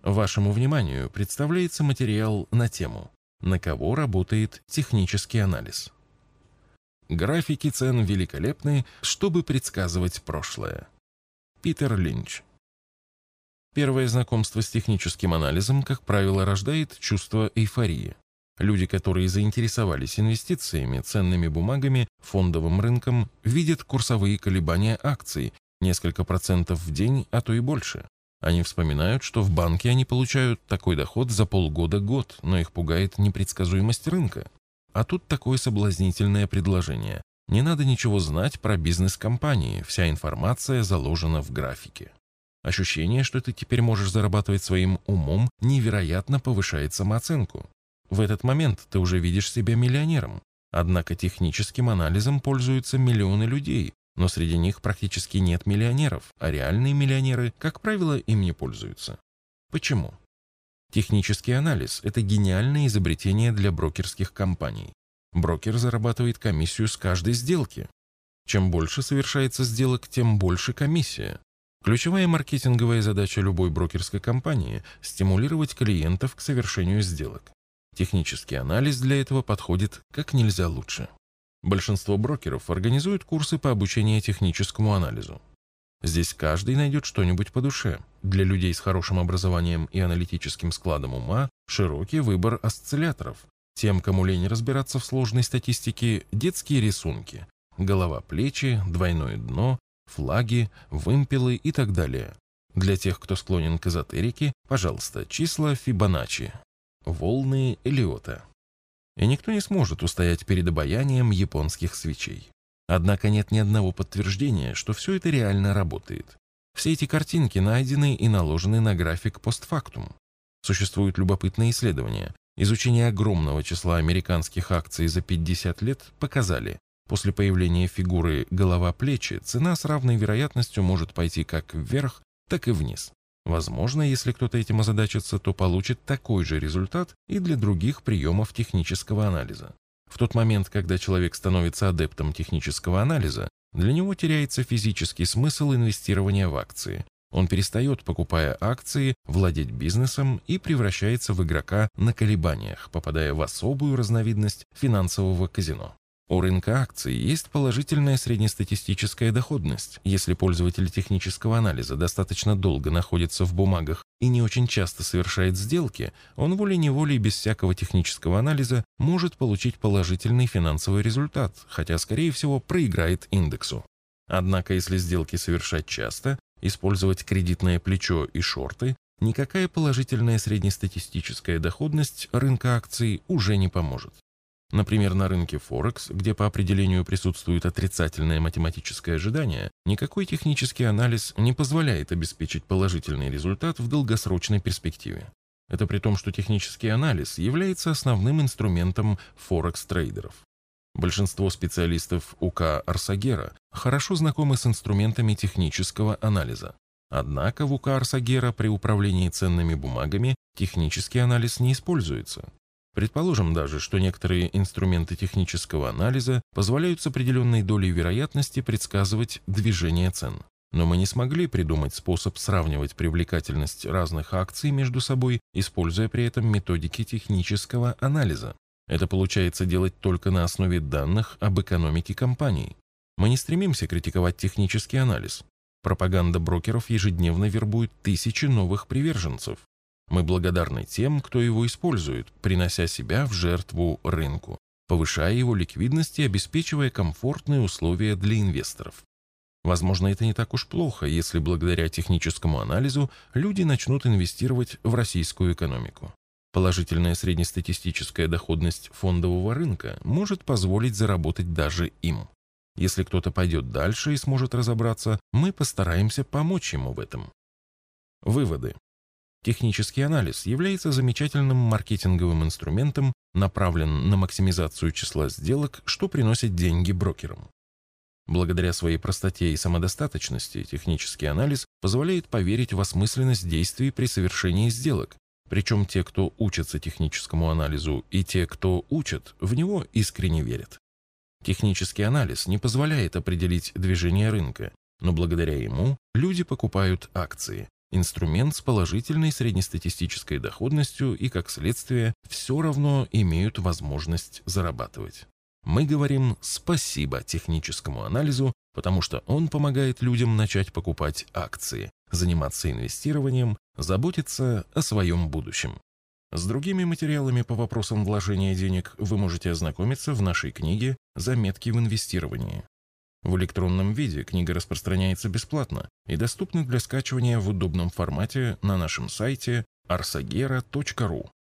Вашему вниманию представляется материал на тему «На кого работает технический анализ?». Графики цен великолепны, чтобы предсказывать прошлое. Питер Линч. Первое знакомство с техническим анализом, как правило, рождает чувство эйфории. Люди, которые заинтересовались инвестициями, ценными бумагами, фондовым рынком, видят курсовые колебания акций, несколько процентов в день, а то и больше. Они вспоминают, что в банке они получают такой доход за полгода-год, но их пугает непредсказуемость рынка. А тут такое соблазнительное предложение. Не надо ничего знать про бизнес компании, вся информация заложена в графике. Ощущение, что ты теперь можешь зарабатывать своим умом, невероятно повышает самооценку. В этот момент ты уже видишь себя миллионером. Однако техническим анализом пользуются миллионы людей, но среди них практически нет миллионеров, а реальные миллионеры, как правило, им не пользуются. Почему? Технический анализ – это гениальное изобретение для брокерских компаний. Брокер зарабатывает комиссию с каждой сделки. Чем больше совершается сделок, тем больше комиссия. Ключевая маркетинговая задача любой брокерской компании – стимулировать клиентов к совершению сделок. Технический анализ для этого подходит как нельзя лучше. Большинство брокеров организуют курсы по обучению техническому анализу. Здесь каждый найдет что-нибудь по душе. Для людей с хорошим образованием и аналитическим складом ума широкий выбор осцилляторов. Тем, кому лень разбираться в сложной статистике, детские рисунки, голова-плечи, двойное дно, флаги, вымпелы и так далее. Для тех, кто склонен к эзотерике, пожалуйста, числа Фибоначчи, волны Эллиота. И никто не сможет устоять перед обаянием японских свечей. Однако нет ни одного подтверждения, что все это реально работает. Все эти картинки найдены и наложены на график постфактум. Существуют любопытные исследования. Изучение огромного числа американских акций за 50 лет показали, после появления фигуры голова-плечи цена с равной вероятностью может пойти как вверх, так и вниз. Возможно, если кто-то этим озадачится, то получит такой же результат и для других приемов технического анализа. В тот момент, когда человек становится адептом технического анализа, для него теряется физический смысл инвестирования в акции. Он перестает, покупая акции, владеть бизнесом и превращается в игрока на колебаниях, попадая в особую разновидность финансового казино. У рынка акций есть положительная среднестатистическая доходность. Если пользователь технического анализа достаточно долго находится в бумагах и не очень часто совершает сделки, он волей-неволей без всякого технического анализа может получить положительный финансовый результат, хотя, скорее всего, проиграет индексу. Однако, если сделки совершать часто, использовать кредитное плечо и шорты, никакая положительная среднестатистическая доходность рынка акций уже не поможет. Например, на рынке Форекс, где по определению присутствует отрицательное математическое ожидание, никакой технический анализ не позволяет обеспечить положительный результат в долгосрочной перспективе. Это при том, что технический анализ является основным инструментом форекс-трейдеров. Большинство специалистов УК Арсагера хорошо знакомы с инструментами технического анализа. Однако в УК Арсагера при управлении ценными бумагами технический анализ не используется. Предположим даже, что некоторые инструменты технического анализа позволяют с определенной долей вероятности предсказывать движение цен. Но мы не смогли придумать способ сравнивать привлекательность разных акций между собой, используя при этом методики технического анализа. Это получается делать только на основе данных об экономике компаний. Мы не стремимся критиковать технический анализ. Пропаганда брокеров ежедневно вербует тысячи новых приверженцев. Мы благодарны тем, кто его использует, принося себя в жертву рынку, повышая его ликвидность и обеспечивая комфортные условия для инвесторов. Возможно, это не так уж плохо, если благодаря техническому анализу люди начнут инвестировать в российскую экономику. Положительная среднестатистическая доходность фондового рынка может позволить заработать даже им. Если кто-то пойдет дальше и сможет разобраться, мы постараемся помочь ему в этом. Выводы. Технический анализ является замечательным маркетинговым инструментом, направлен на максимизацию числа сделок, что приносит деньги брокерам. Благодаря своей простоте и самодостаточности технический анализ позволяет поверить в осмысленность действий при совершении сделок. Причем те, кто учатся техническому анализу, и те, кто учат, в него искренне верят. Технический анализ не позволяет определить движение рынка, но благодаря ему люди покупают акции. Инструмент с положительной среднестатистической доходностью и, как следствие, все равно имеют возможность зарабатывать. Мы говорим спасибо техническому анализу, потому что он помогает людям начать покупать акции, заниматься инвестированием, заботиться о своем будущем. С другими материалами по вопросам вложения денег вы можете ознакомиться в нашей книге «Заметки в инвестировании». В электронном виде книга распространяется бесплатно и доступна для скачивания в удобном формате на нашем сайте arsagera.ru.